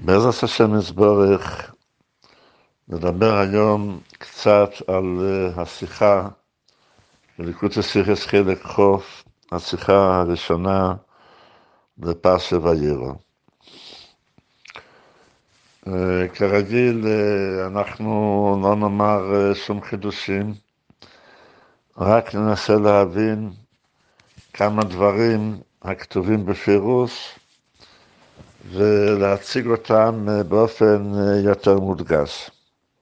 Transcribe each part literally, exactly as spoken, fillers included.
בעזרת השם יתברך, נדבר היום קצת על uh, השיחה בליקוטי סיכס חלק חוף, השיחה הראשונה בפרשת וירא. Uh, כרגיל, uh, אנחנו לא נאמר uh, שום חידושים, רק ננסה להבין כמה דברים הכתובים בפירוש, ולהציג אותם uh, באופן uh, יותר מודגש.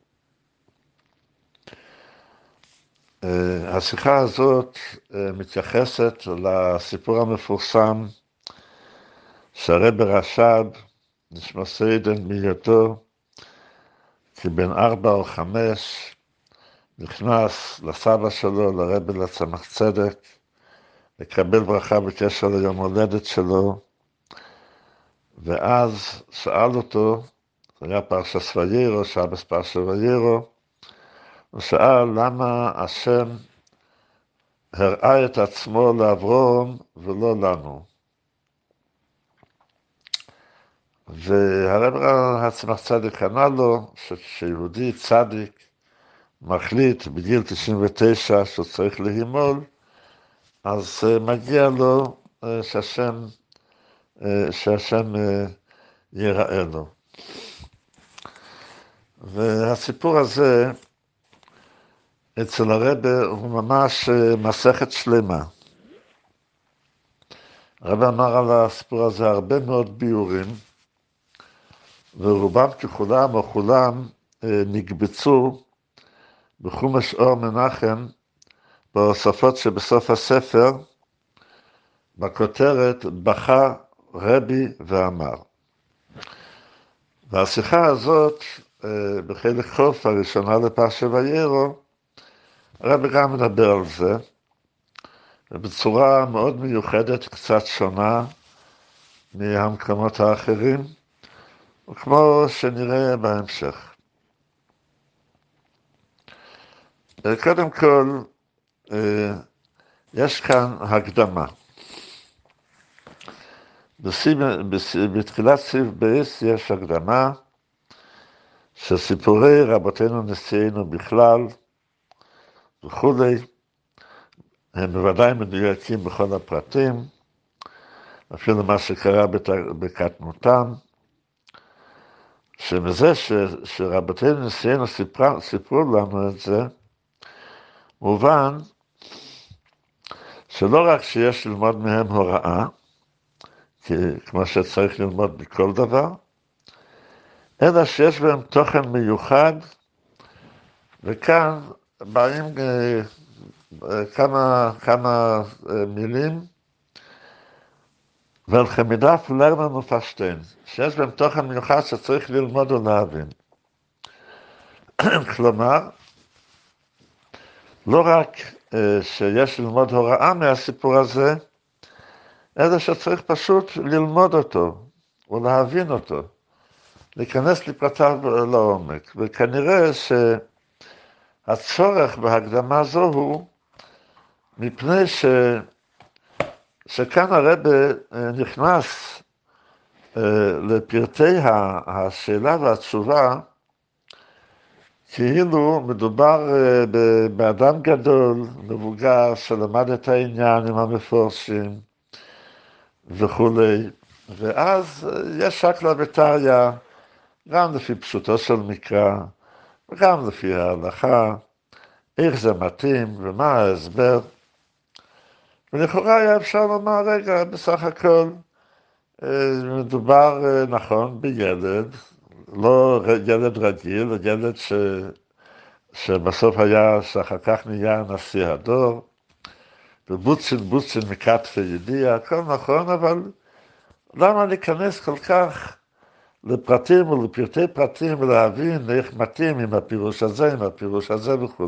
Uh, השיחה הזאת uh, מתייחסת לסיפור המפורסם שהרב רש"ב נשמע סיידן בהיותו כבן ארבע או חמש נכנס לסבא שלו, לרב לצמח צדק, לקבל ברכה בקשר ליום הולדת שלו, ואז שאל אותו, זה היה פרשת וירא, שבס פרשת וירא, הוא שאל למה השם הראה את עצמו לאברהם ולא לנו. והרב הצמח צדק ענה לו שיהודי צדיק מחליט בגיל תשעים ותשע שהוא צריך להימול, אז מגיע לו שהשם, שהשם יראה לו. והסיפור הזה אצל הרב הוא ממש מסכת שלמה. הרב אמר על הסיפור הזה הרבה מאוד ביורים, ורובם ככולם או כולם נקבצו בחומש אור מנחם, בהוספות שבסוף הספר, בכותרת בכה רבי ואמר. והשיחה הזאת, בחלק חוף הראשונה לפרשת וירא, הרב גם מדבר על זה, ובצורה מאוד מיוחדת, קצת שונה מהמקומות האחרים, וכמו שנראה בהמשך. קודם כל, יש כאן הקדמה. בתחילת סעיף בייס יש הקדמה, שסיפורי רבותינו נשיאנו בכלל, וכולי, הם בוודאי מדויקים בכל הפרטים, אפילו מה שקרה בקטנותם, שמזה ש, שרבותינו נשיאנו סיפר, סיפרו לנו את זה, מובן שלא רק שיש ללמוד מהם הוראה, כי כמו שצריך ללמוד מכל דבר, אלא שיש בהם תוכן מיוחד, וכאן באים כמה, כמה מילים, ולכמידף לרנן ופשטיין, שיש בהם תוכן מיוחד שצריך ללמוד ולהבין. כלומר, לא רק שיש ללמוד הוראה מהסיפור הזה, אלא שצריך פשוט ללמוד אותו ולהבין אותו, להיכנס לפרטיו לעומק. וכנראה שהצורך בהקדמה זו הוא מפני ש... שכאן הרב נכנס לפרטי השאלה והתשובה, כאילו מדובר באדם גדול, מבוגר, שלמד את העניינים המפורשים וכולי, ואז יש שקלא וטריא, גם לפי פשוטו של מקרא, וגם לפי ההלכה, איך זה מתאים ומה ההסבר. ולכאורה היה אפשר לומר, רגע, בסך הכל, מדובר נכון בילד, לא ילד רגיל, ילד ש... שבסוף היה, שאחר כך נהיה נשיא הדור, ובוצ'ין בוצ'ין מקטפי ידיע, הכל נכון, אבל למה להיכנס כל כך לפרטים ולפרטי פרטים ולהבין איך מתאים עם הפירוש הזה, עם הפירוש הזה וכו'.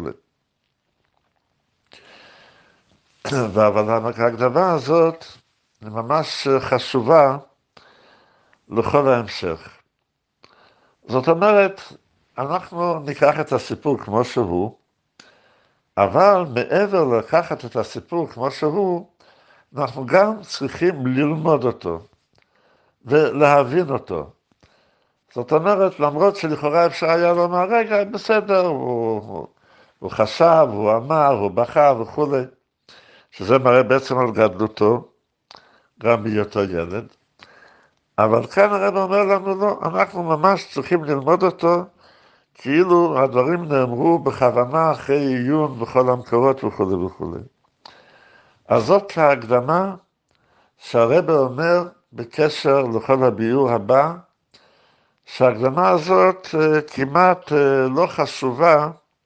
אבל ההקדמה הזאת היא ממש חשובה לכל ההמשך. זאת אומרת, אנחנו ניקח את הסיפור כמו שהוא, אבל מעבר לקחת את הסיפור כמו שהוא, אנחנו גם צריכים ללמוד אותו ולהבין אותו. זאת אומרת, למרות שלכאורה אפשר היה לומר, רגע, בסדר, הוא, הוא, הוא חשב, הוא אמר, הוא בכה וכו', שזה מראה בעצם על גדלותו, גם בהיותו ילד. אבל כאן הרב אומר לנו, לא, אנחנו ממש צריכים ללמוד אותו, כאילו הדברים נאמרו בכוונה אחרי עיון בכל המקורות וכו' וכו'. אז זאת ההקדמה שהרב אומר בקשר לכל הביאור הבא, שההקדמה הזאת כמעט לא חשובה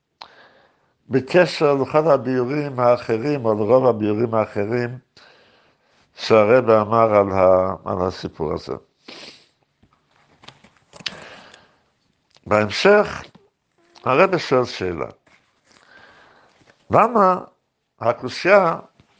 בקשר לכל הביאורים האחרים, או לרוב הביאורים האחרים, שהרב אמר על, ה, על הסיפור הזה. בהמשך, הרב שואל שאלה. למה הקושיה,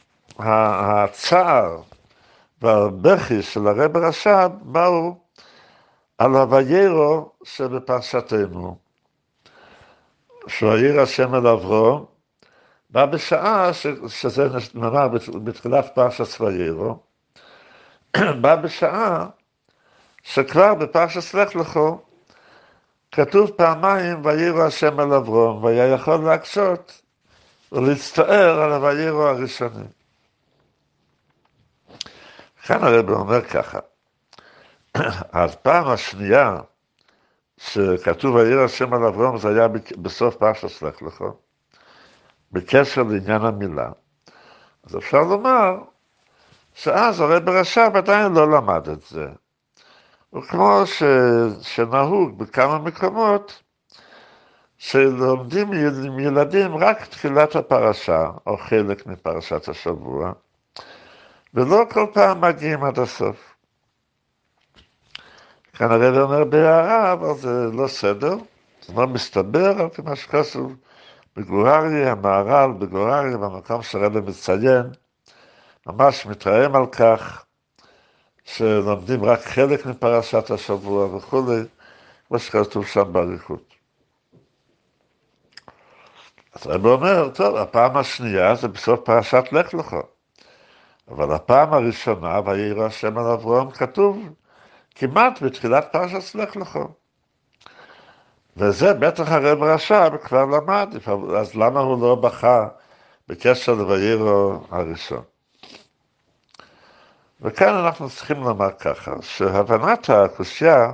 הצער והבכי של הרב רש"ב באו על הוויירו שבפרשתנו, שוירא השם אל אברום, בא בשעה, ש, שזה נאמר בתחילת פרשת ויירו, בא בשעה שכבר בפרשת לך לכו, כתוב פעמיים ויירו השם אל אברום, והיה יכול להקשות ולהצטער על הוויירו הראשוני. כאן הרב אומר ככה, אז פעם השנייה שכתוב ויירו השם אל אברום, זה היה בסוף פרשת לך לכו, בקשר לעניין המילה. אז אפשר לומר שאז הרב רש"ב עדיין לא למד את זה. וכמו ש... שנהוג בכמה מקומות, שלומדים עם ילדים רק תחילת הפרשה, או חלק מפרשת השבוע, ולא כל פעם מגיעים עד הסוף. כאן הרב אומר בהערה, אבל זה לא סדר, זה לא מסתבר על פי מה שכתוב בגוררי, המהר"ל בגוררי, במקום שהרב מציין, ממש מתרעם על כך, שלומדים רק חלק מפרשת השבוע וכו', מה שכתוב שם באריכות. אז הרב אומר, טוב, הפעם השנייה זה בסוף פרשת לך לכו, אבל הפעם הראשונה, ויירא השם על אברהם, כתוב כמעט בתחילת פרשת לך לכו. וזה בטח הרב רש"ב כבר למד, אז למה הוא לא בכה בקשר לויירא הראשון? וכאן אנחנו צריכים לומר ככה, שהבנת הקושיה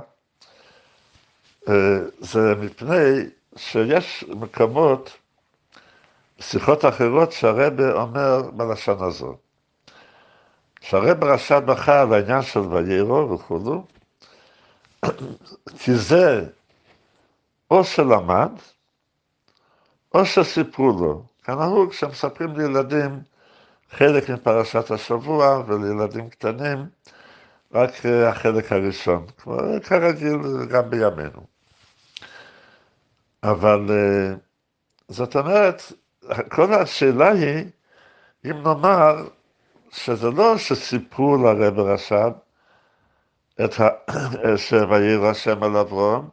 זה מפני שיש מקומות, שיחות אחרות שהרב אומר בלשון הזו. שהרב רש"ב בכה על העניין של ויירא וכו', כי זה או שלמד, או שסיפרו לו. כנהוג שמספרים לילדים חלק מפרשת השבוע, ולילדים קטנים רק החלק הראשון, כמו כרגיל גם בימינו. אבל זאת אומרת, כל השאלה היא, אם נאמר שזה לא שסיפרו לרב רש"ב את ויירא השם על אברהם,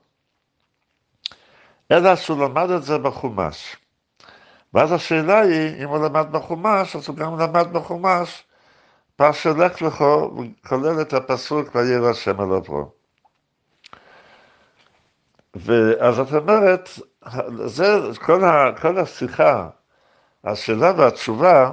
אלא שהוא למד את זה בחומש. ואז השאלה היא, אם הוא למד בחומש, אז הוא גם למד בחומש, פרשת לך לכו, וכולל את הפסוק ויירא השם על אברהם. ואז זאת אומרת, זה כל, ה, כל השיחה, השאלה והתשובה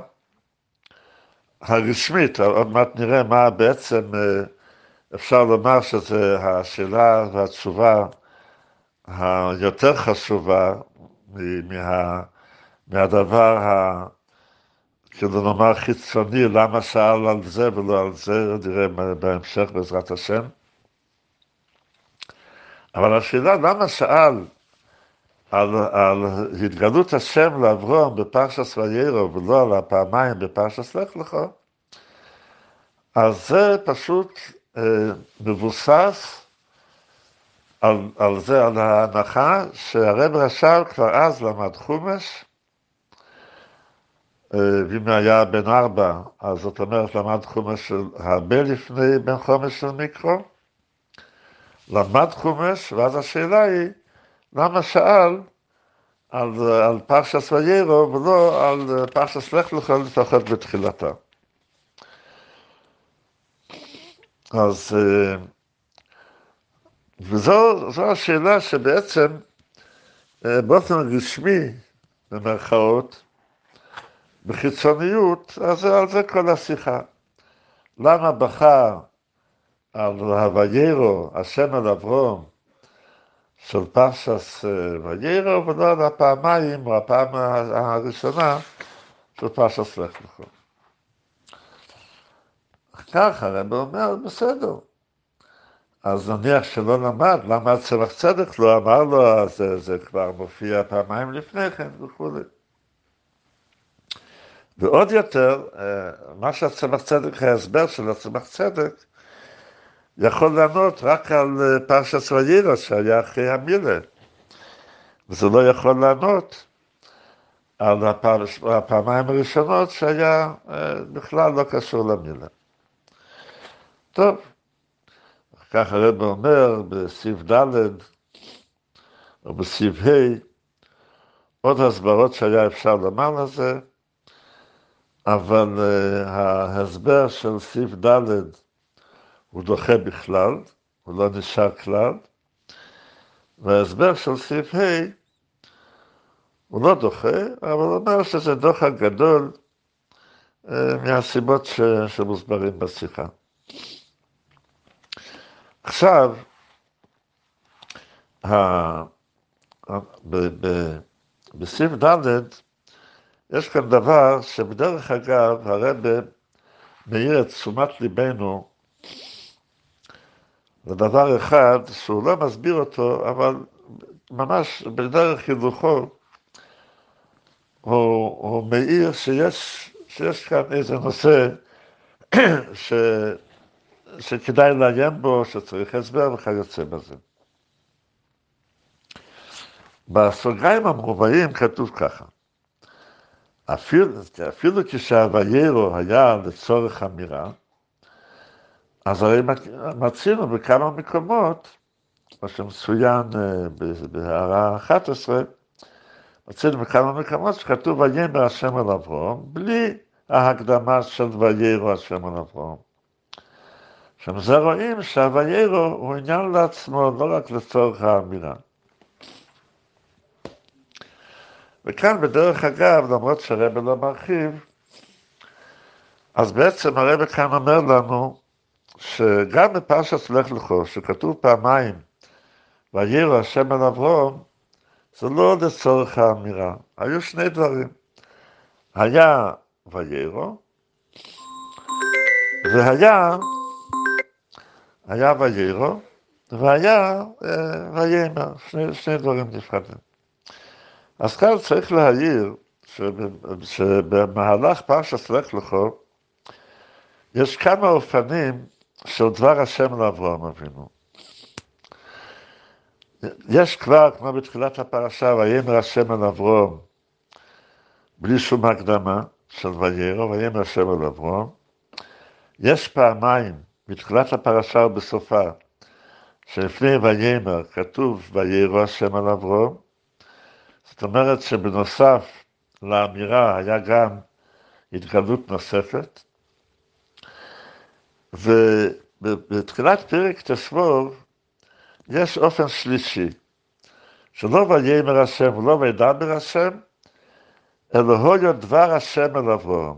הרשמית, עוד מעט נראה מה בעצם אפשר לומר שזה השאלה והתשובה היותר חשובה מה, מהדבר ה... כאילו נאמר חיצוני, למה שאל על זה ולא על זה, נראה בהמשך בעזרת השם. אבל השאלה למה שאל על, על התגלות השם לאברהם בפרשת ויירא ולא על הפעמיים בפרשת לך לכו, אז זה פשוט אה, מבוסס על, על זה, על ההנחה שהרב רש"ב כבר אז למד חומש, ואם היה בן ארבע, אז זאת אומרת למד חומש של הרבה לפני בן חומש של מיקרו, למד חומש, ואז השאלה היא, למה שאל על, על פרשת ויירא ולא על פרשת לך לכו לפחות בתחילתה. אז וזו זו השאלה שבעצם באופן רשמי, במרכאות, בחיצוניות, אז על זה כל השיחה. למה בחר על הוויירו, השם על אברום, של פרשס ויירו, ולא על הפעמיים, או הפעם הראשונה, של פרשס לך לך. ככה הרב אומר, בסדר. אז נניח שלא למד, למה הצמח צדק לא אמר לו, אז זה, זה כבר מופיע פעמיים לפני כן וכו'. ועוד יותר, מה שהצמח צדק, ההסבר של הצמח צדק, יכול לענות רק על פרשת ויירו שהיה אחרי המילה. וזה לא יכול לענות על הפעמיים הראשונות שהיה בכלל לא קשור למילה. טוב, כך הרב אומר בסעיף ד' או בסעיף ה' עוד הסברות שהיה אפשר לומר לזה, אבל uh, ההסבר של סעיף ד' הוא דוחה בכלל, הוא לא נשאר כלל, וההסבר של סעיף ה' הוא לא דוחה, אבל הוא אומר שזה דוחה גדול uh, מהסיבות ש... שמוסברים בשיחה. עכשיו, ה... ב... ב... בסעיף ד' יש כאן דבר שבדרך אגב הרב מאיר את תשומת ליבנו לדבר אחד שהוא לא מסביר אותו, אבל ממש בדרך הילוכו הוא, הוא מאיר שיש, שיש כאן איזה נושא ש, שכדאי לעיין בו, שצריך הסבר וכיוצא בזה. בסוגריים המרובעים כתוב ככה, אפילו, אפילו כשהוויירו היה לצורך אמירה, אז הרי מצינו בכמה מקומות, מה שמצוין בהערה אחת עשרה, מצינו בכמה מקומות שכתוב ויאמר השם על אברהם, בלי ההקדמה של ויירו השם על אברהם. שמזה רואים שהוויירו הוא עניין לעצמו, לא רק לצורך האמירה. וכאן בדרך אגב, למרות שהרבא לא מרחיב, אז בעצם הרבא כאן אומר לנו, שגם בפרשת לך לך, שכתוב פעמיים, ויירו השם על אברהם, זה לא לצורך האמירה. היו שני דברים. היה ויירו, והיה, היה ויירו, והיה ויימר, שני, שני דברים נפרדים. אז כאן צריך להעיר, שבמהלך פרשת לך לך, יש כמה אופנים של דבר השם לאברהם אבינו. יש כבר, כמו בתחילת הפרשה, ויאמר השם על אברהם, בלי שום הקדמה של ויירו, ויאמר השם על אברהם. יש פעמיים, בתחילת הפרשה ובסופה, שלפני ויאמר כתוב ויירו השם על אברהם. זאת אומרת שבנוסף לאמירה היה גם התגלות נוספת, ובתחילת פרק תסבוב יש אופן שלישי, שלא ויאמר השם ולא וידבר השם, אלא הויו דבר השם על אברהם.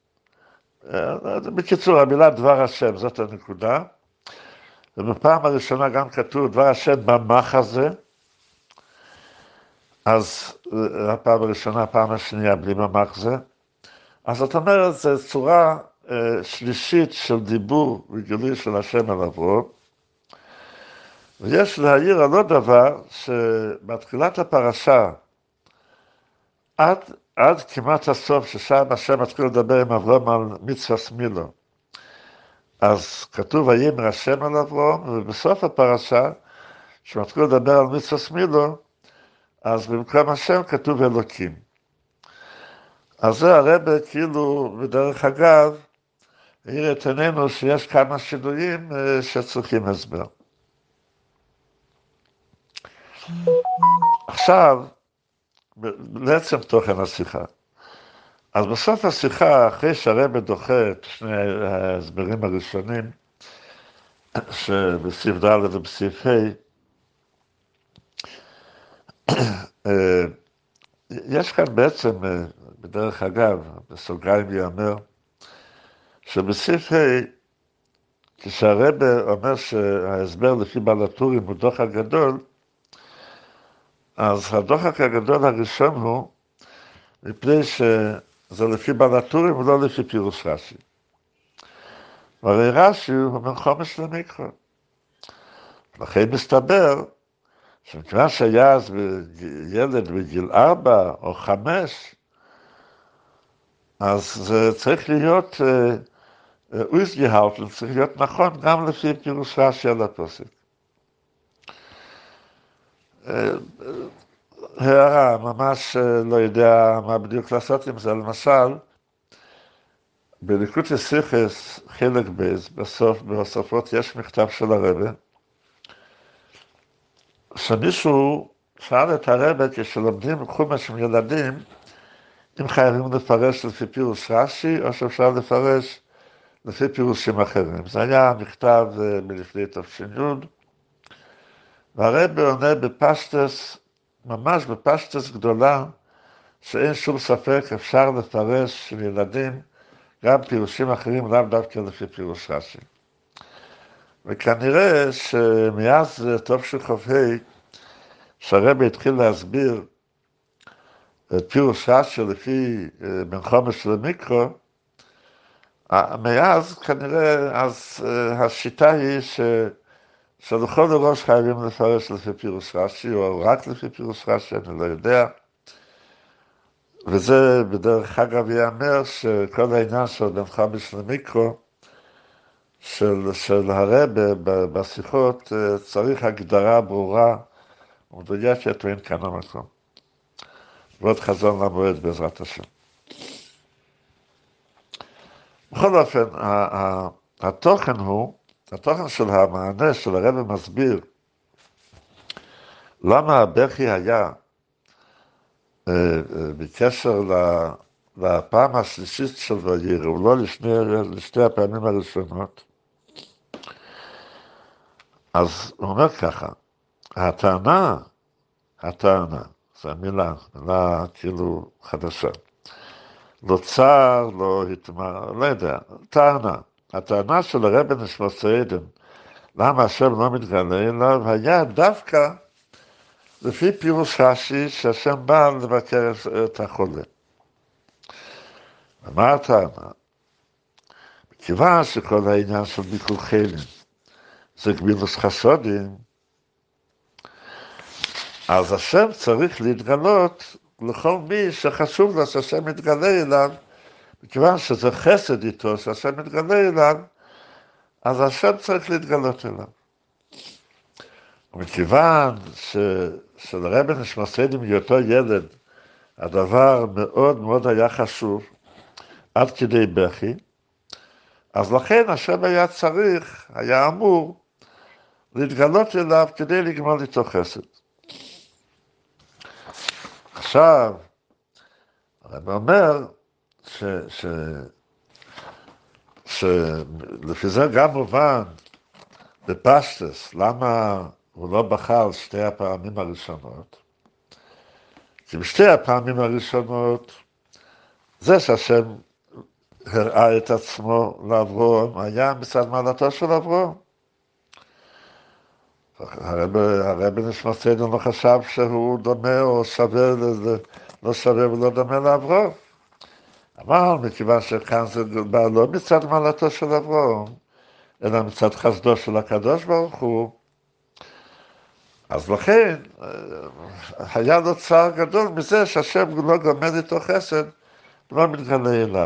בקיצור, המילה דבר השם, זאת הנקודה, ובפעם הראשונה גם כתוב דבר השם במחזה, אז הפעם הראשונה, הפעם השנייה בלי במחזה, אז זאת אומרת, זו צורה שלישית של דיבור וגילוי של השם על אברהם, ויש להעיר על עוד דבר, שבתחילת הפרשה, עד, עד כמעט הסוף, ששם השם מתחיל לדבר עם אברהם על מצווה מילו, אז כתוב ויאמר השם על אברהם, ובסוף הפרשה, שמתחיל לדבר על מצווה מילו, אז במקום השם כתוב אלוקים. אז זה הרב כאילו בדרך אגב, העיר את עינינו שיש כמה שינויים שצריכים הסבר. עכשיו, לעצם תוכן השיחה. אז בסוף השיחה, אחרי שהרבא דוחה את שני ההסברים הראשונים, שבסעיף ד' ובסעיף ה', יש כאן בעצם, בדרך אגב, בסוגריים ייאמר, שבסעיף ה', כשהרב אומר שההסבר לפי בעל הטורים הוא דוחק גדול, אז הדוחק הגדול הראשון הוא, מפני שזה לפי בעל הטורים ולא לפי פירוש רש"י. והרי רש"י הוא מן חומש למיקרו. לכן מסתבר, שמכיוון שהיה אז ילד בגיל ארבע או חמש, אז זה צריך להיות אויס גהלטן, צריך להיות נכון גם לפי פירוש רש"י על הפוסק. הערה, ממש לא יודע מה בדיוק לעשות עם זה, למשל, בליקוטי סיכס חלק בייס, בסוף, בסופות יש מכתב של הרבי, שמישהו שאל את הרבי כשלומדים חומש עם ילדים, אם חייבים לפרש לפי פירוש רש"י, או שאפשר לפרש לפי פירושים אחרים. זה היה מכתב מלפני תש"י, והרבי עונה בפשטס, ממש בפשטס גדולה, שאין שום ספק אפשר לפרש של ילדים גם פירושים אחרים, לאו דווקא לפי פירוש רש"י. וכנראה שמאז תשכ"ה, שהרבי התחיל להסביר את פירוש רש"י לפי בין חומש למיקרו, מאז כנראה אז השיטה היא ש... שלכל הראש חייבים לפרש לפי פירוש רש"י, או רק לפי פירוש רש"י, אני לא יודע. וזה בדרך אגב ייאמר שכל העניין של בין חומש למיקרו, של, של הרבי בשיחות, צריך הגדרה ברורה ומדויקת, ואין כאן המקום. ועוד חזון למועד בעזרת השם. בכל אופן, התוכן הוא, התוכן של המענה של הרבי מסביר, למה הבכי היה בקשר לפעם השלישית של וירא, ולא לשני, לשתי הפעמים הראשונות. אז הוא אומר ככה, הטענה, הטענה, זו המילה, מילה כאילו חדשה, לא צער, לא התמר, לא יודע, טענה. הטענה של הרבי נשמת סעידן, למה השם לא מתגלה אליו, היה דווקא לפי פירוש רש"י שהשם בא לבקר את החולה. ומה הטענה? מכיוון שכל העניין של ביקור חולים זה גמילוס חסודים, אז השם צריך להתגלות לכל מי שחשוב לו שהשם מתגלה אליו, מכיוון שזה חסד איתו שהשם מתגלה אליו, אז השם צריך להתגלות אליו. ומכיוון ש... שלרבי נשמת סעידן מאותו ילד, הדבר מאוד מאוד היה חשוב, עד כדי בכי, אז לכן השם היה צריך, היה אמור, להתגלות אליו כדי לגמול איתו חסד. עכשיו, הרבי אומר, ש... ש... שלפי זה גם מובן בפשטס, למה הוא לא בחר שתי הפעמים הראשונות? כי בשתי הפעמים הראשונות, זה שהשם הראה את עצמו לאברהם, היה מצד מעלתו של אברהם. הרבי נשמת סעידן לא חשב שהוא דומה או שווה, לא שווה ולא דומה לאברהם. אבל מכיוון שכאן זה בא לא מצד מעלתו של אברהם, אלא מצד חסדו של הקדוש ברוך הוא, אז לכן היה לו צער גדול מזה שהשם לא גומד איתו חסד, לא מתגלה אליו.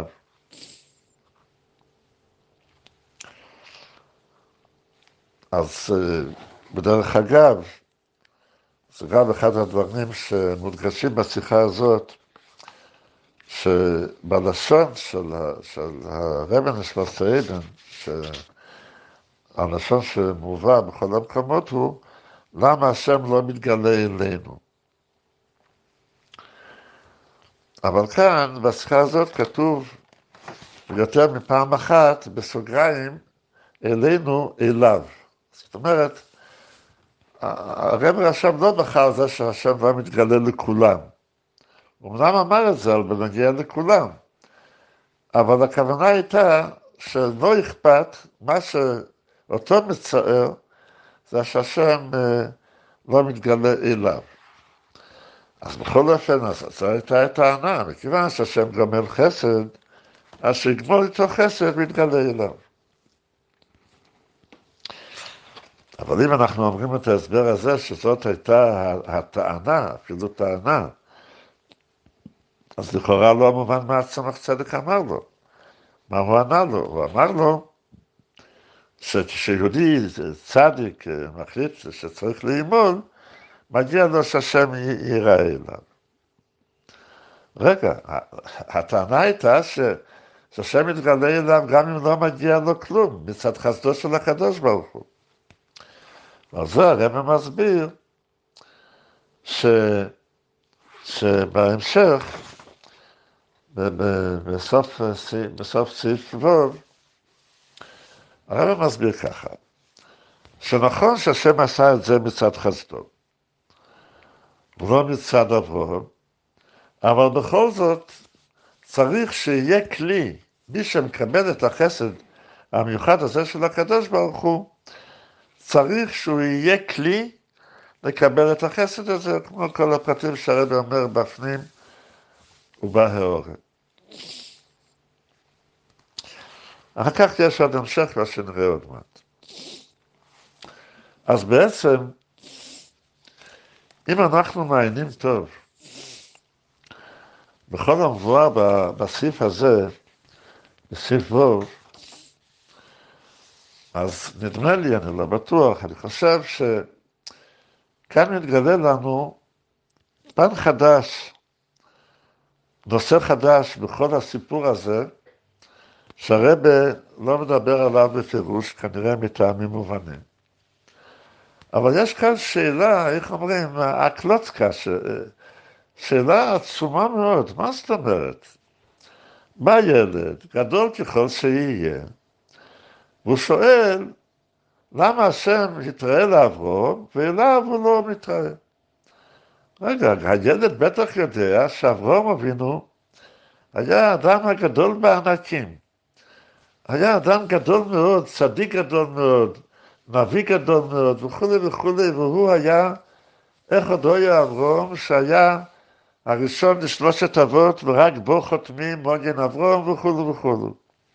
אז בדרך אגב, זה גם אחד הדברים שמודגשים בשיחה הזאת, שבלשון של, של הרבי נשמת סעידן, שהלשון שמובא בכל המקומות הוא, למה השם לא מתגלה אלינו? אבל כאן, בשיחה הזאת, כתוב יותר מפעם אחת, בסוגריים, אלינו, אליו. זאת אומרת, הרב רש"ב לא בחר זה שהשם לא מתגלה לכולם. הוא אמנם אמר את זה, אבל בנגיע לכולם. אבל הכוונה הייתה שלא אכפת, מה שאותו מצער, זה שהשם לא מתגלה אליו. אז בכל אופן, אז זו הייתה הטענה, מכיוון שהשם גומל חסד, אז שיגמול איתו חסד מתגלה אליו. אבל אם אנחנו אומרים את ההסבר הזה, שזאת הייתה הטענה, אפילו טענה, אז לכאורה לא מובן מה הצמח צדק אמר לו. מה הוא ענה לו? הוא אמר לו, שכשיהודי צדיק מחליט שצריך לאמול, מגיע לו שהשם ייראה אליו. רגע, הטענה הייתה ש... שהשם יתגלה אליו גם אם לא מגיע לו כלום, מצד חסדו של הקדוש ברוך הוא. על זה הרב מסביר ש... שבהמשך, בסוף, בסוף סעיף ו', הרב מסביר ככה, שנכון שהשם עשה את זה מצד חסדו, ולא מצד אברהם, אבל בכל זאת צריך שיהיה כלי, מי שמקבל את החסד המיוחד הזה של הקדוש ברוך הוא, צריך שהוא יהיה כלי לקבל את החסד הזה, כמו כל הפרטים שהרב אומר בפנים ובהאורן. אחר כך יש עוד המשך, מה שנראה עוד מעט. אז בעצם, אם אנחנו מעיינים טוב, בכל המבואר בסעיף הזה, בסעיף ו', אז נדמה לי, אני לא בטוח, אני חושב שכאן מתגלה לנו פן חדש, נושא חדש בכל הסיפור הזה, שהרבא לא מדבר עליו בפירוש, כנראה מטעמים מובנים. אבל יש כאן שאלה, איך אומרים, הקלוצקה, ש... שאלה עצומה מאוד, מה זאת אומרת? בא ילד, גדול ככל שיהיה, והוא שואל, למה השם יתראה לאברהם, ואליו הוא לא מתראה? רגע, הילד בטח יודע שאברהם אבינו היה האדם הגדול בענקים. היה אדם גדול מאוד, צדיק גדול מאוד, נביא גדול מאוד, וכו' וכו', והוא היה, איך עוד היה אברהם, שהיה הראשון לשלושת אבות, ורק בו חותמים מוגן אברהם וכו' וכו'.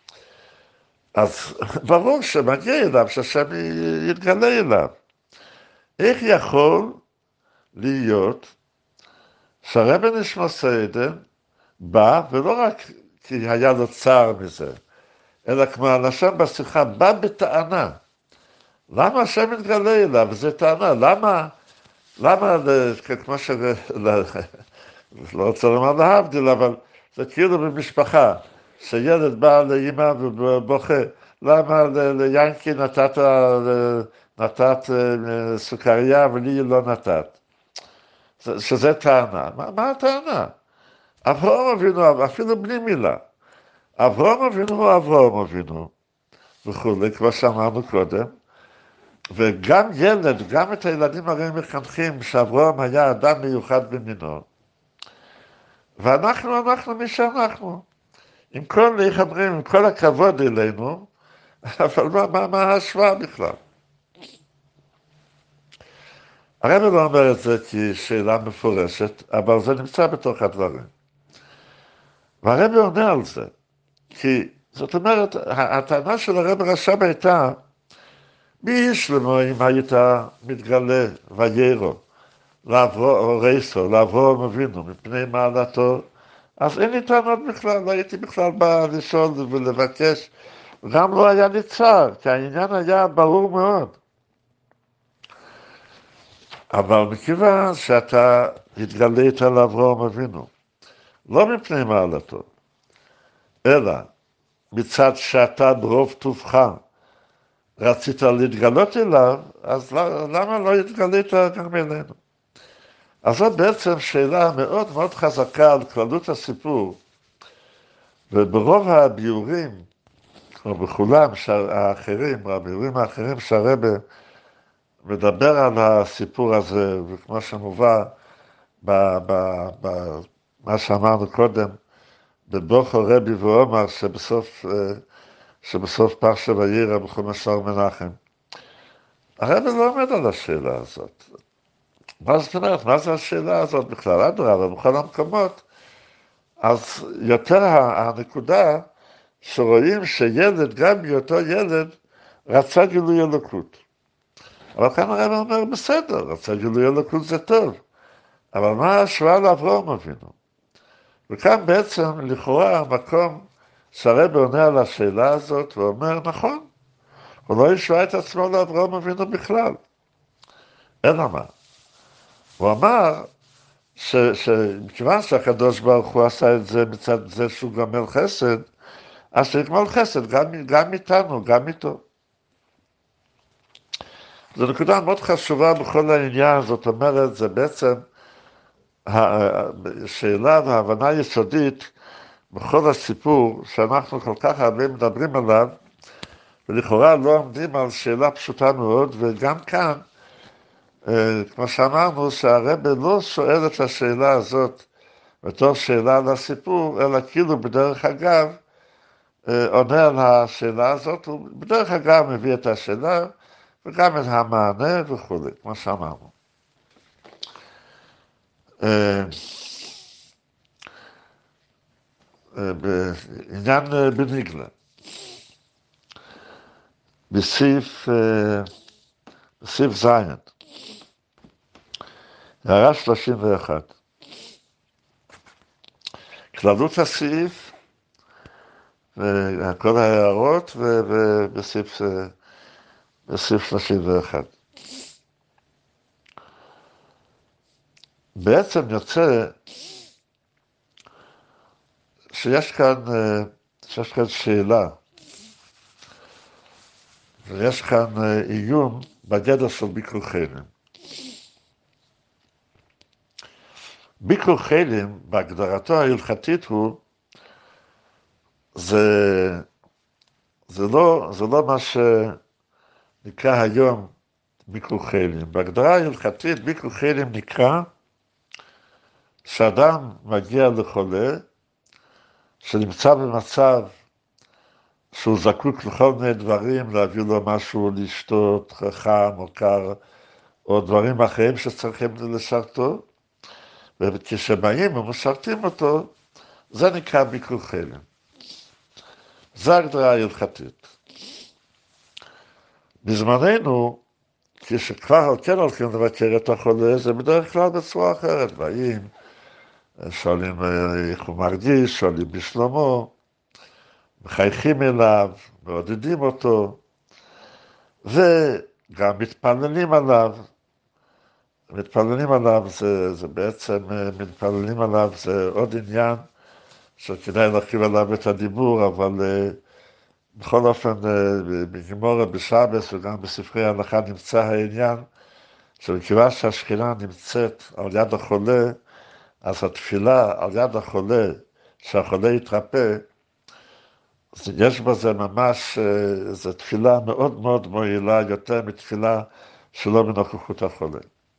אז ברור שמגיע אליו, שהשם יתגלה אליו. איך יכול להיות שהרבי נשמע סיידן בא, ולא רק כי היה לו צער מזה, אלא כמו הלשון בשיחה, בא בטענה. למה השם מתגלה אליו? זו טענה. למה, למה, כמו ש... לא רוצה לומר להבדיל, אבל זה כאילו במשפחה, שילד בא לאמא ובוכה, למה ליינקי נתת, נתת סוכריה ולי לא נתת? שזה טענה. מה, מה הטענה? אברהם אבינו, אפילו בלי מילה. אברהם אבינו הוא אברהם אבינו, וכו', כמו שאמרנו קודם, וגם ילד, גם את הילדים הרי מחנכים שאברהם היה אדם מיוחד במינו, ואנחנו, אנחנו מי שאנחנו, עם כל, איך אומרים, עם כל הכבוד אלינו, אבל מה, מה, מה ההשוואה בכלל? הרב לא אומר את זה כשאלה מפורשת, אבל זה נמצא בתוך הדברים. והרב עונה על זה, כי זאת אומרת, הטענה של הרב רש"ב הייתה, מי ישלמו אם היית מתגלה ויירו, לעבור רייסו, לעבור אבינו מפני מעלתו, אז אין לי טענות בכלל, לא הייתי בכלל בא לשאול ולבקש, גם לא היה לי צער, כי העניין היה ברור מאוד. אבל מכיוון שאתה התגלית לאברהם אבינו, לא מפני מעלתו, אלא מצד שאתה ברוב טובך רצית להתגלות אליו, אז למה לא התגלית גם אלינו? אז זו בעצם שאלה מאוד מאוד חזקה על כללות הסיפור, וברוב הביורים, או בכולם האחרים, הביורים האחרים שהרבא מדבר על הסיפור הזה, וכמו שמובא במה שאמרנו קודם, בבוכו רבי ואומר שבסוף, שבסוף פרשת וירא בחומש הר מנחם. הרב לא עומד על השאלה הזאת. מה זאת אומרת? מה זה השאלה הזאת בכלל? אדרבה, בכל המקומות. אז יותר הנקודה שרואים שילד, גם בהיותו ילד, רצה גילוי אלוקות. אבל כאן הרב אומר, בסדר, רצה גילוי אלוקות זה טוב. אבל מה ההשוואה לאברהם אבינו? וכאן בעצם לכאורה המקום שהרב עונה על השאלה הזאת ואומר, נכון, הוא לא השווה את עצמו לאברהם אבינו בכלל. אלא מה? הוא אמר שמכיוון שהקדוש ברוך הוא עשה את זה מצד זה שהוא גמל חסד, אז שיגמל חסד גם, גם איתנו, גם איתו. זו נקודה מאוד חשובה בכל העניין, זאת אומרת, זה בעצם השאלה וההבנה יסודית בכל הסיפור שאנחנו כל כך הרבה מדברים עליו, ולכאורה לא עומדים על שאלה פשוטה מאוד, וגם כאן, כמו שאמרנו, שהרב לא שואל את השאלה הזאת בתור שאלה על הסיפור, אלא כאילו בדרך אגב, עונה על השאלה הזאת, הוא בדרך אגב מביא את השאלה, וגם את המענה וכו', כמו שאמרנו. בעניין בניגלה, בסעיף, בסעיף זין, הערה שלושים ואחת. כללות הסעיף, כל ההערות, ובסעיף בסעיף שלושים ואחת. בעצם יוצא שיש כאן, שיש כאן שאלה, ויש כאן איום בגדר של ביקור חיילים. ביקור חיילים, בהגדרתו ההלכתית הוא, זה, זה לא, זה לא מה שנקרא היום ביקור חיילים. בהגדרה ההלכתית, ביקור חיילים נקרא שאדם מגיע לחולה, שנמצא במצב שהוא זקוק לכל מיני דברים, להביא לו משהו לשתות, חם או קר, או דברים אחרים שצריכים לשרתו, וכשבאים ומשרתים אותו, זה נקרא ביקור חיילים. זו הגדרה ההלכתית. בזמננו, כשכבר כן הולכים לבקר את החולה, זה בדרך כלל בצורה אחרת. באים, שואלים איך הוא מרגיש, שואלים בשלומו, מחייכים אליו, מעודדים אותו, וגם מתפללים עליו. מתפללים עליו, זה, זה בעצם, מתפללים עליו, זה עוד עניין שכדאי להרחיב עליו את הדיבור, אבל בכל אופן, בגמרא בשבס וגם בספרי ההלכה נמצא העניין, שמכיוון שהשכינה נמצאת על יד החולה, אז התפילה על יד החולה, שהחולה יתרפא, יש בזה ממש, זו תפילה מאוד מאוד מועילה, יותר מתפילה שלא בנוכחות החולה.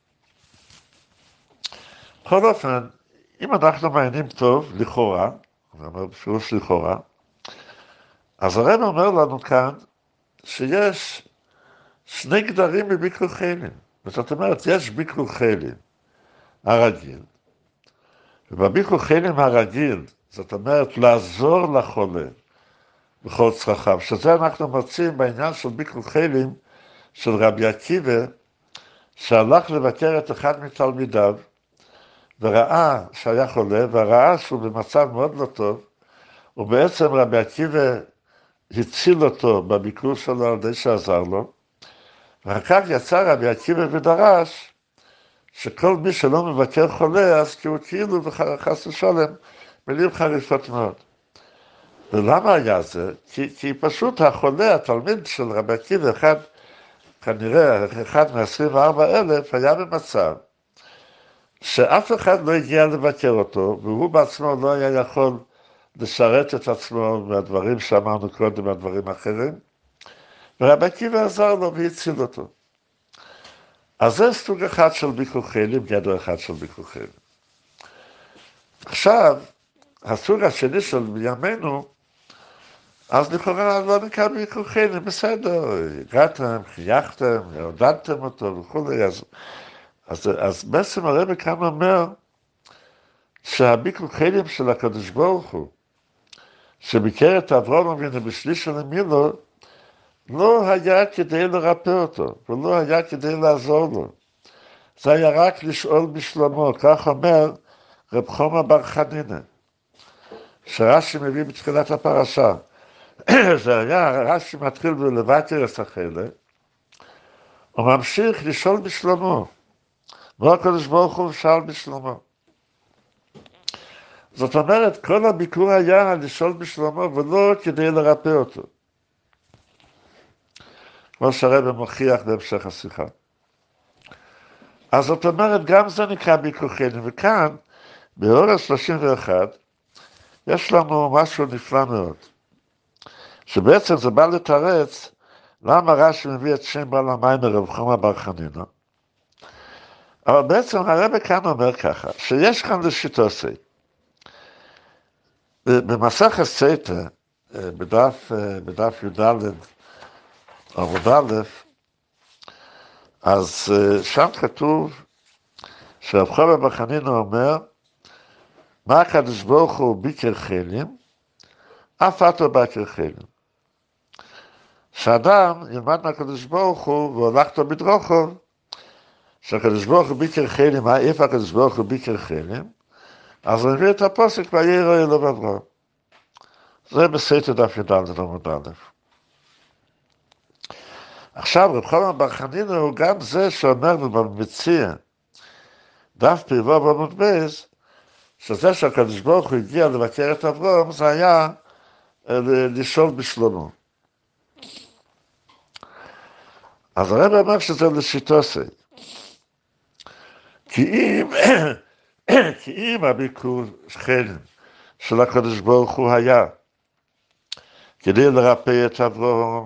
בכל אופן, אם אנחנו מעיינים טוב, לכאורה, אני אומר בפירוש לכאורה, אז הרב אומר לנו כאן, שיש שני גדרים בביקור חיילים. זאת אומרת, יש ביקור חיילים הרגיל, ובביקור חיילים הרגיל, זאת אומרת, לעזור לחולה בכל צרכיו, שזה אנחנו מוצאים בעניין של ביקור חיילים של רבי עקיבא, שהלך לבקר את אחד מתלמידיו, וראה שהיה חולה, וראה שהוא במצב מאוד לא טוב, ובעצם רבי עקיבא הציל אותו בביקור שלו על ידי שעזר לו, ואחר כך יצא רבי עקיבא ודרש, שכל מי שלא מבקר חולה, אז כי הוא כאילו וחס ושלם, מילים חריפות מאוד. ולמה היה זה? כי, כי פשוט החולה, התלמיד של רבי עקיבא, אחד, כנראה אחד מ-עשרים וארבעה אלף, היה במצב, שאף אחד לא הגיע לבקר אותו, והוא בעצמו לא היה יכול לשרת את עצמו מהדברים שאמרנו קודם, מהדברים אחרים, ורבי עקיבא עזר לו והציל אותו. אז זה סוג אחד של ביקור חיילים, גדר אחד של ביקור חיילים. עכשיו, הסוג השני של ימינו, אז לכאורה לא נקרא ביקור חיילים, בסדר, הגעתם, חייכתם, עודדתם אותו וכולי, אז, אז, אז בעצם הרב כאן אומר, שהביקור חיילים של הקדוש ברוך הוא, שביקר את אברהם אבינו בשליש של המילו, לא היה כדי לרפא אותו, ולא היה כדי לעזור לו. זה היה רק לשאול בשלומו, כך אומר רב חומה בר חנינא, שרש"י מביא בתחילת הפרשה. זה היה, רש"י מתחיל בלבקר את החיילה, הוא ממשיך לשאול בשלומו, והקדוש ברוך הוא שאל בשלומו. זאת אומרת, כל הביקור היה לשאול בשלומו, ולא כדי לרפא אותו. כמו שהרב מוכיח בהמשך השיחה. אז זאת אומרת, גם זה נקרא ביקור חיילים, וכאן, באור שלושים ואחת, יש לנו משהו נפלא מאוד, שבעצם זה בא לתרץ, למה רש"י מביא את שם בעל המים רב חומה בר חנינא, אבל בעצם הרב כאן אומר ככה, שיש כאן לשיטוסי, במסכת סייטה, בדף, בדף י"ד, עמוד א', אז שם כתוב שרב חומה בר חנינא אומר, מה הקדוש ברוך הוא ביקר חיילים, אף את לא ביקר חיילים. שאדם ילמד מהקדוש ברוך הוא והולכתו בדרוכו, שהקדוש ברוך הוא ביקר חיילים, איפה הקדוש ברוך הוא ביקר חיילים, אז הוא מביא את הפוסק וירא אלוהיו אברהם. זה בסייטה דף י"ד עמוד א'. עכשיו רב חומה בר חנינא הוא גם זה שאומר במציע, דף פ"ו עמוד בייס, שזה שהקדוש ברוך הוא הגיע לבקר את אברהם, זה היה לשאול בשלומו. אז הרב אומר שזה לשיטוסי. כי אם, כי אם הביקור חיילים של הקדוש ברוך הוא היה כדי לרפא את אברהם,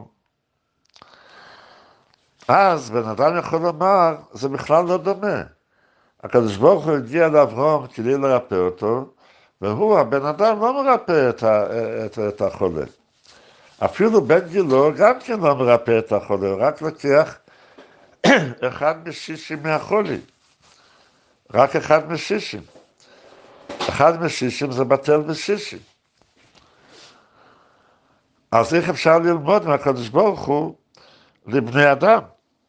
אז בן אדם יכול לומר, זה בכלל לא דומה. הקדוש ברוך הוא הגיע לאברהם כדי לרפא אותו, והוא, הבן אדם, לא מרפא את, ה, את, את החולה. אפילו בן גילו גם כן לא מרפא את החולה, הוא רק לוקח אחד משישים מהחולי. רק אחד משישים. אחד משישים זה בטל בשישים. אז איך אפשר ללמוד מהקדוש ברוך הוא לבני אדם?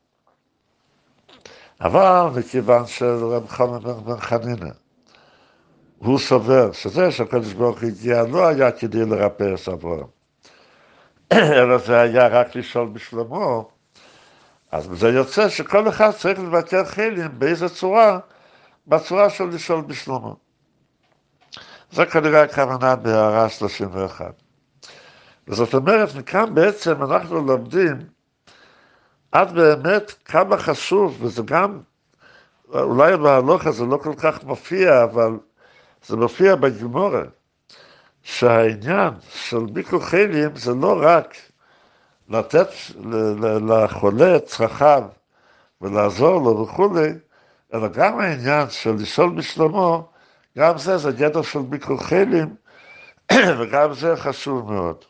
אבל מכיוון שרב חומה בר חנינא, הוא סובר שזה שהקדוש ברוך הוא הגיע לא היה כדי לרפא את אברהם, אלא זה היה רק לשאול בשלומו, אז זה יוצא שכל אחד צריך לבקר חיילים באיזה צורה, בצורה של לשאול בשלומו. זה כנראה הכוונה בהערה שלושים ואחת. וזאת אומרת, מכאן בעצם אנחנו לומדים עד באמת כמה חשוב, וזה גם, אולי בהלכה זה לא כל כך מופיע, אבל זה מופיע בגמרא, שהעניין של ביקור חיילים זה לא רק לתת לחולה את צרכיו ולעזור לו וכולי, אלא גם העניין של לשאול בשלומו, גם זה זה גדר של ביקור חיילים, וגם זה חשוב מאוד.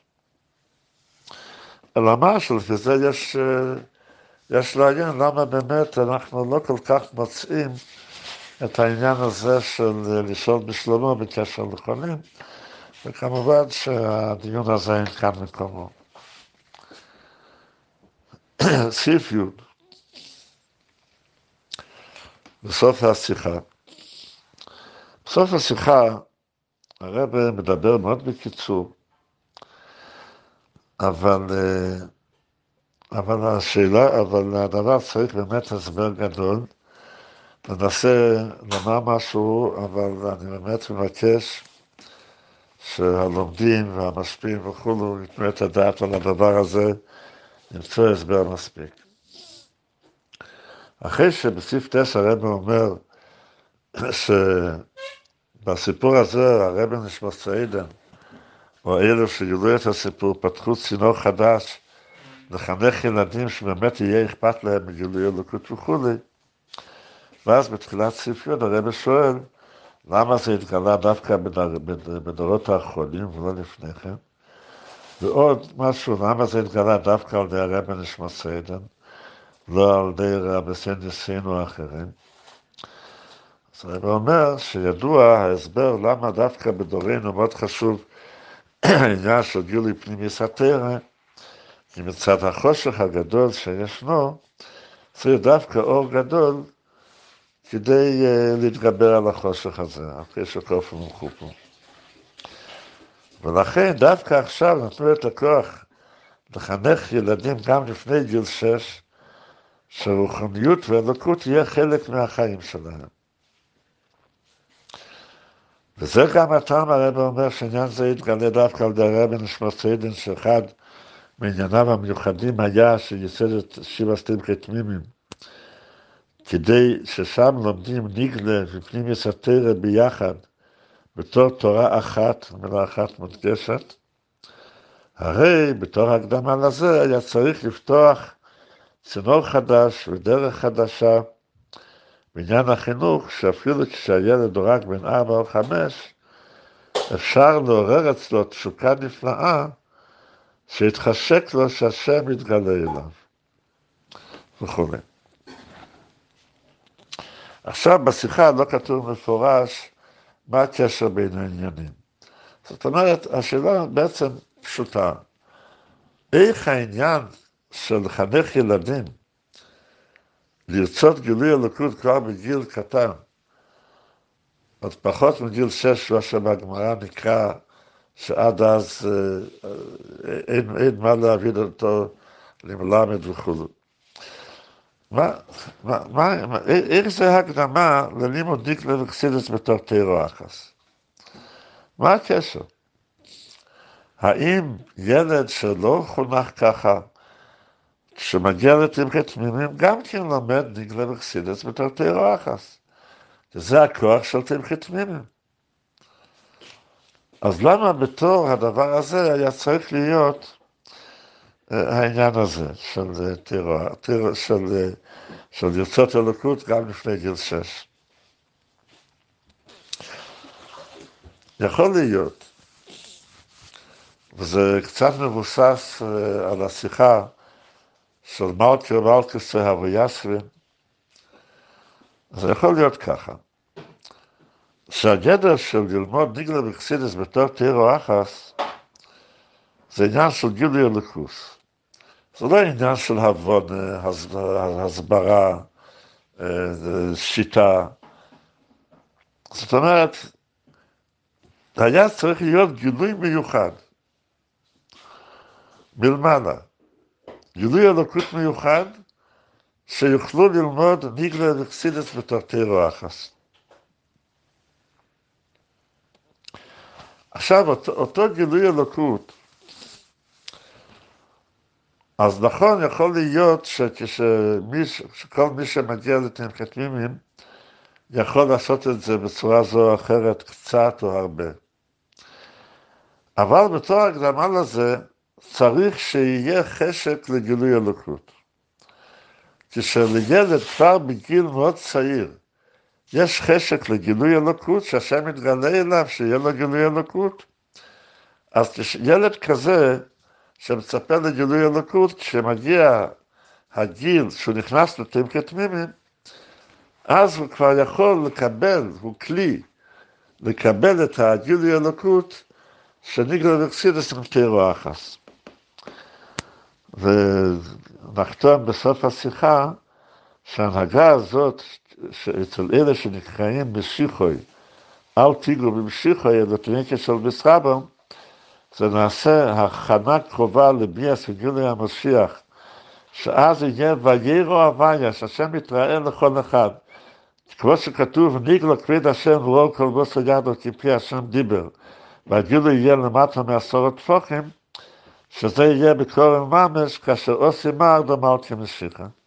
אלא מה שלפי זה יש, יש לעניין למה באמת אנחנו לא כל כך מוצאים את העניין הזה של לשאול בשלומו בקשר לחולים, וכמובן שהדיון הזה אין כאן מקומו. סעיף י' בסוף השיחה. בסוף השיחה הרב מדבר מאוד בקיצור, אבל, אבל השאלה, אבל הדבר צריך באמת הסבר גדול. ננסה לומר משהו, אבל אני באמת מבקש שהלומדים והמשפיעים וכולו יתנו את הדעת על הדבר הזה, ימצאו הסבר מספיק. אחרי שבסעיף תשע הרב אומר שבסיפור הזה הרב נשמע סעידן, או אלו שידעו את הסיפור, פתחו צינור חדש לחנך ילדים שבאמת יהיה אכפת להם מגילוי אלוקות וכולי, ואז בתחילת סעיף י' הרב שואל, למה זה התגלה דווקא בדור, בדורות האחרונים ולא לפני כן? ועוד משהו, למה זה התגלה דווקא על ידי הרב נשמת סיידן, לא על ידי רבי סנדסין או אחרים? אז הרב אומר שידוע ההסבר למה דווקא בדורנו מאוד חשוב העניין של גילוי פנימי סתירה, כי מצד החושך הגדול שישנו, צריך דווקא אור גדול כדי uh, להתגבר על החושך הזה, על פי שקוף ומחופו. ולכן דווקא עכשיו נתנו את הכוח לחנך ילדים גם לפני גיל שש, שרוחניות ואלוקות יהיה חלק מהחיים שלהם. וזה גם הטעם הרב אומר שעניין זה יתגלה דווקא על ידי הרב נשמת סיידן, שאחד מענייניו המיוחדים היה שייסד את שבעה תמכי תמימים, כדי ששם לומדים ניגלה ופנימי סתירה ביחד, בתור תורה אחת, מילה אחת מודגשת. הרי בתור הקדמה לזה היה צריך לפתוח צינור חדש ודרך חדשה בעניין החינוך, שאפילו כשהילד הוא רק בן ארבע או חמש, אפשר לעורר אצלו תשוקה נפלאה, שהתחשק לו שהשם יתגלה אליו, וכו'. עכשיו בשיחה לא כתוב מפורש מה הקשר בין העניינים. זאת אומרת, השאלה בעצם פשוטה. איך העניין של לחנך ילדים לרצות גילוי אלוקות כבר בגיל קטן, עוד פחות מגיל שש, מה שבגמרא נקרא, שעד אז אה, אין, אין מה להבין אותו למלמד וכו'. מה, מה, מה, איך זה הקדמה ללימוד ניגלה וחסידות בתור תורה אחת? מה הקשר? האם ילד שלא חונך ככה, כשמגיע לתמכי תמימים, גם כן לומד ניגלה וחסידות בתור תורה אחת? זה הכוח של תמכי תמימים. אז למה בתור הדבר הזה היה צריך להיות העניין הזה של תורה, של, של ירצות אלוקות גם לפני גיל שש? יכול להיות, וזה קצת מבוסס על השיחה של מלכי ומלכוס והוויסרין, זה יכול להיות ככה, שהגדר של ללמוד ניגלה וחסידות בתור תורה אחת, זה עניין של גילוי אלוקות. זה לא עניין של הבון, הסברה, שיטה. זאת אומרת, היה צריך להיות גילוי מיוחד, מלמעלה. גילוי אלוקות מיוחד, שיוכלו ללמוד ניגלה וחסידות בתור תורה אחת. עכשיו, אותו, אותו גילוי אלוקות, אז נכון יכול להיות שכשמי, שכל מי שמגיע לתמכי תמימים, יכול לעשות את זה בצורה זו או אחרת, קצת או הרבה. אבל בתור הקדמה לזה, צריך שיהיה חשק לגילוי אלוקות. כשלילד כבר בגיל מאוד צעיר, יש חשק לגילוי אלוקות, שהשם יתגלה אליו, שיהיה לו גילוי אלוקות, אז ילד כזה, שמצפה לגילוי אלוקות, כשמגיע הגיל שהוא נכנס לתמכי תמימים, אז הוא כבר יכול לקבל, הוא כלי, לקבל את הגילוי אלוקות, שניגלה וחסידות בתורה אחת. ונחתום בסוף השיחה, שההנהגה הזאת, אצל אלה שנקראים משיחוי, אל תיגעו במשיחוי, אלא תמכי של בסרבם, זה נעשה הכנה קרובה לביאס וגילוי המשיח, שאז יהיה ויירו הוויה, שהשם יתראה לכל אחד. כמו שכתוב, ניגלה כבד השם ולא כל בוסר ידו כפי השם דיבר, והגילוי יהיה למטה מעשרות טפוחים, שזה יהיה בקורם ממש, כאשר עושים מר דמלכי משיחה.